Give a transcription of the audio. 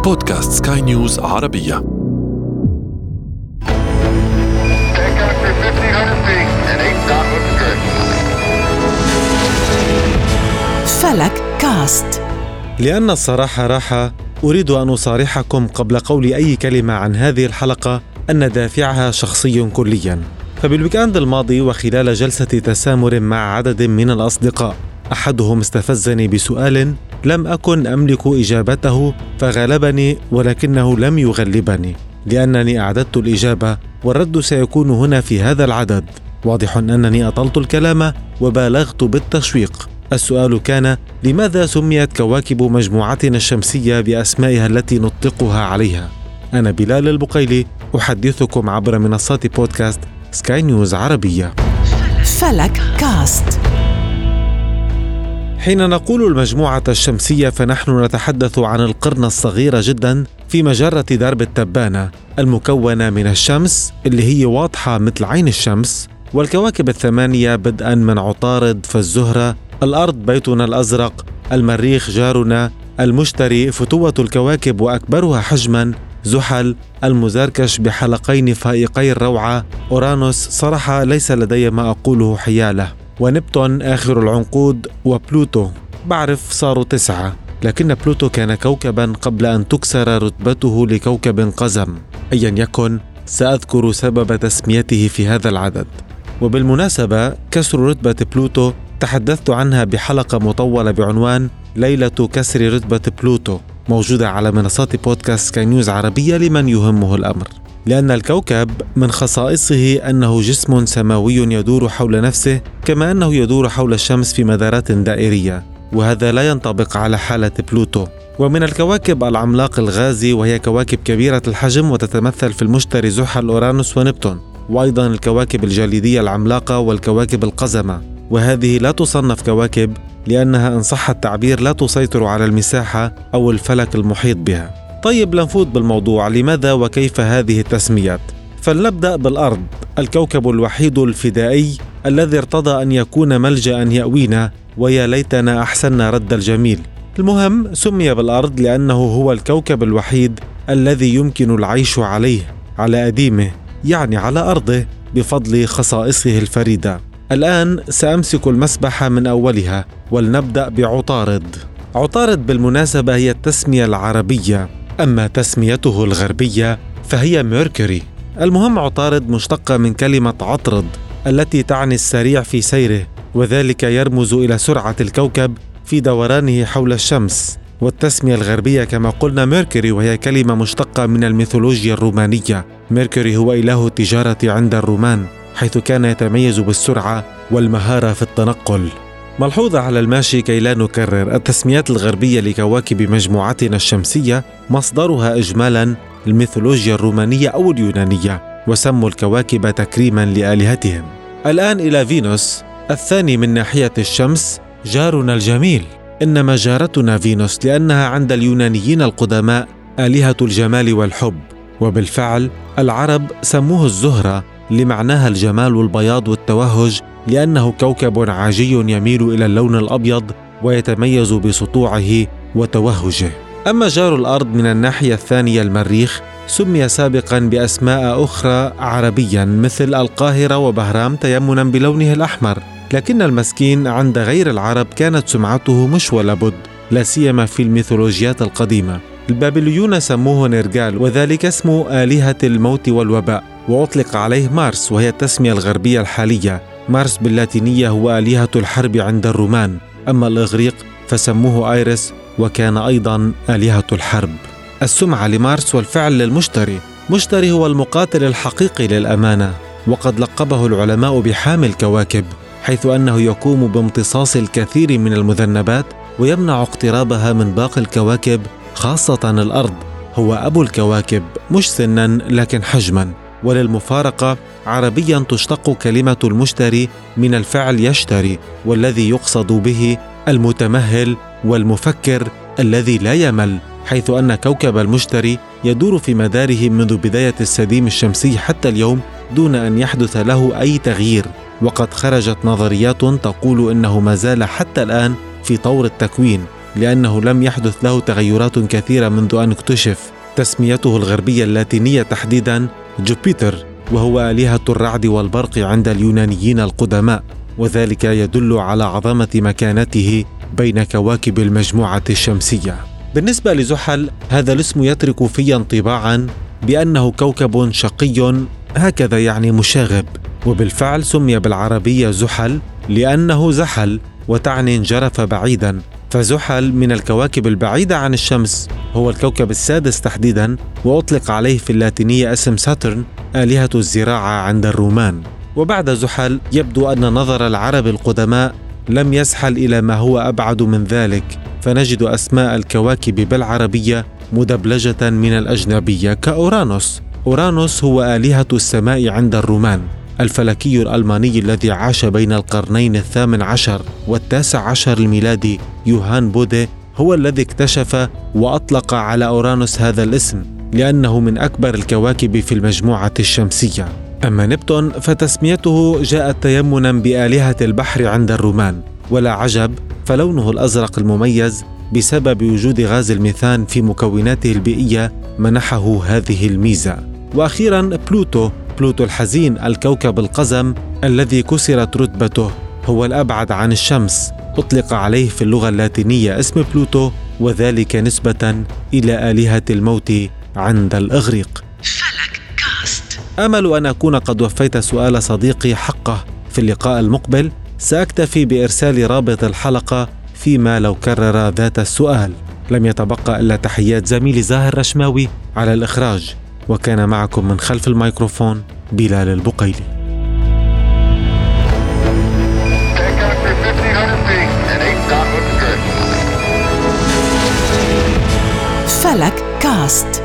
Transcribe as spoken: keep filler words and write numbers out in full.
بودكاست سكاي نيوز عربية. فلك كاست. لأن الصراحة راحة، أريد أن أصارحكم قبل قول أي كلمة عن هذه الحلقة أن دافعها شخصي كليا. فبالويكاند الماضي وخلال جلسة تسامر مع عدد من الأصدقاء، أحدهم استفزني بسؤال لم أكن أملك إجابته فغلبني، ولكنه لم يغلبني لأنني أعددت الإجابة، والرد سيكون هنا في هذا العدد. واضح أنني أطلت الكلام وبالغت بالتشويق. السؤال كان: لماذا سميت كواكب مجموعتنا الشمسية بأسمائها التي نطلقها عليها؟ أنا بلال البقيلي أحدثكم عبر منصات بودكاست سكاي نيوز عربية. فلك كاست. حين نقول المجموعة الشمسية فنحن نتحدث عن القرن الصغيرة جدا في مجرة درب التبانة، المكونة من الشمس اللي هي واضحة مثل عين الشمس، والكواكب الثمانية بدءا من عطارد فالزهرة، الأرض بيتنا الأزرق، المريخ جارنا، المشتري، فتوة الكواكب وأكبرها حجما زحل، المزركش بحلقين فائقي الروعة، أورانوس صراحة ليس لدي ما أقوله حياله، ونبتون آخر العنقود، وبلوتو. بعرف صاروا تسعة، لكن بلوتو كان كوكبا قبل أن تكسر رتبته لكوكب قزم. أيا يكن، سأذكر سبب تسميته في هذا العدد. وبالمناسبة كسر رتبة بلوتو تحدثت عنها بحلقة مطولة بعنوان ليلة كسر رتبة بلوتو، موجودة على منصات بودكاست سكاي نيوز عربية لمن يهمه الأمر. لأن الكوكب من خصائصه أنه جسم سماوي يدور حول نفسه، كما أنه يدور حول الشمس في مدارات دائرية، وهذا لا ينطبق على حالة بلوتو. ومن الكواكب العملاق الغازي، وهي كواكب كبيرة الحجم وتتمثل في المشتري زحل أورانوس ونبتون، وأيضا الكواكب الجليدية العملاقة والكواكب القزمة، وهذه لا تصنف كواكب لأنها إن صح التعبير لا تسيطر على المساحة أو الفلك المحيط بها. طيب لنفوت بالموضوع، لماذا وكيف هذه التسميات؟ فلنبدأ بالأرض، الكوكب الوحيد الفدائي الذي ارتضى أن يكون ملجأ يأوينا، ويا ليتنا أحسننا رد الجميل. المهم سمي بالأرض لأنه هو الكوكب الوحيد الذي يمكن العيش عليه، على أديمه، يعني على أرضه، بفضل خصائصه الفريدة. الآن سأمسك المسبح من أولها، ولنبدأ بعطارد. عطارد بالمناسبة هي التسمية العربية، أما تسميته الغربية فهي ميركوري. المهم عطارد مشتقة من كلمة عطرد التي تعني السريع في سيره، وذلك يرمز إلى سرعة الكوكب في دورانه حول الشمس. والتسمية الغربية كما قلنا ميركوري، وهي كلمة مشتقة من الميثولوجيا الرومانية. ميركوري هو إله التجارة عند الرومان، حيث كان يتميز بالسرعة والمهارة في التنقل. ملحوظة على الماشي كي لا نكرر، التسميات الغربية لكواكب مجموعتنا الشمسية مصدرها إجمالا الميثولوجيا الرومانية أو اليونانية، وسموا الكواكب تكريما لآلهتهم. الآن إلى فينوس، الثاني من ناحية الشمس، جارنا الجميل. إنما جارتنا فينوس لأنها عند اليونانيين القدماء آلهة الجمال والحب، وبالفعل العرب سموه الزهرة لمعناها الجمال والبياض والتوهج، لأنه كوكب عاجي يميل إلى اللون الأبيض ويتميز بسطوعه وتوهجه. أما جار الأرض من الناحية الثانية المريخ، سمي سابقا بأسماء أخرى عربيا مثل القاهرة وبهرام تيمنا بلونه الأحمر، لكن المسكين عند غير العرب كانت سمعته مش ولا بد، لا سيما في الميثولوجيات القديمة. البابليون سموه نرجال، وذلك اسم آلهة الموت والوباء، وأطلق عليه مارس، وهي التسمية الغربية الحالية. مارس باللاتينية هو آلهة الحرب عند الرومان، أما الإغريق فسموه آيرس، وكان أيضا آلهة الحرب. السمعة لمارس والفعل للمشتري. مشتري هو المقاتل الحقيقي للأمانة، وقد لقبه العلماء بحامل كواكب، حيث أنه يقوم بامتصاص الكثير من المذنبات ويمنع اقترابها من باقي الكواكب، خاصة الأرض. هو أبو الكواكب، مش سنا لكن حجما. وللمفارقة عربيا تشتق كلمة المشتري من الفعل يشتري، والذي يقصد به المتمهل والمفكر الذي لا يمل، حيث أن كوكب المشتري يدور في مداره منذ بداية السديم الشمسي حتى اليوم دون أن يحدث له أي تغيير. وقد خرجت نظريات تقول إنه ما زال حتى الآن في طور التكوين، لأنه لم يحدث له تغيرات كثيرة منذ أن اكتشف. تسميته الغربية اللاتينية تحديدا جوبيتر، وهو آلهة الرعد والبرق عند اليونانيين القدماء، وذلك يدل على عظمة مكانته بين كواكب المجموعة الشمسية. بالنسبة لزحل، هذا الاسم يترك في انطباعا بأنه كوكب شقي، هكذا يعني مشاغب، وبالفعل سمي بالعربية زحل لأنه زحل وتعني انجرف بعيدا. فزحل من الكواكب البعيدة عن الشمس، هو الكوكب السادس تحديدا، وأطلق عليه في اللاتينية اسم ساترن، آلهة الزراعة عند الرومان. وبعد زحل يبدو أن نظر العرب القدماء لم يزحل إلى ما هو أبعد من ذلك، فنجد أسماء الكواكب بالعربية مدبلجة من الأجنبية كأورانوس. أورانوس هو آلهة السماء عند الرومان. الفلكي الألماني الذي عاش بين القرنين الثامن عشر والتاسع عشر الميلادي يوهان بودي هو الذي اكتشف وأطلق على أورانوس هذا الاسم، لأنه من أكبر الكواكب في المجموعة الشمسية. أما نبتون فتسميته جاءت تيمنا بآلهة البحر عند الرومان، ولا عجب، فلونه الأزرق المميز بسبب وجود غاز الميثان في مكوناته البيئية منحه هذه الميزة. وأخيرا بلوتو، بلوتو الحزين، الكوكب القزم الذي كسرت رتبته، هو الأبعد عن الشمس. أطلق عليه في اللغة اللاتينية اسم بلوتو، وذلك نسبة إلى آلهة الموت عند الإغريق. فلك كاست. أمل أن أكون قد وفيت سؤال صديقي حقه. في اللقاء المقبل سأكتفي بإرسال رابط الحلقة فيما لو كرر ذات السؤال. لم يتبقى إلا تحيات زميلي زاهر رشماوي على الإخراج، وكان معكم من خلف الميكروفون بلال البقيلي. فلك كاست.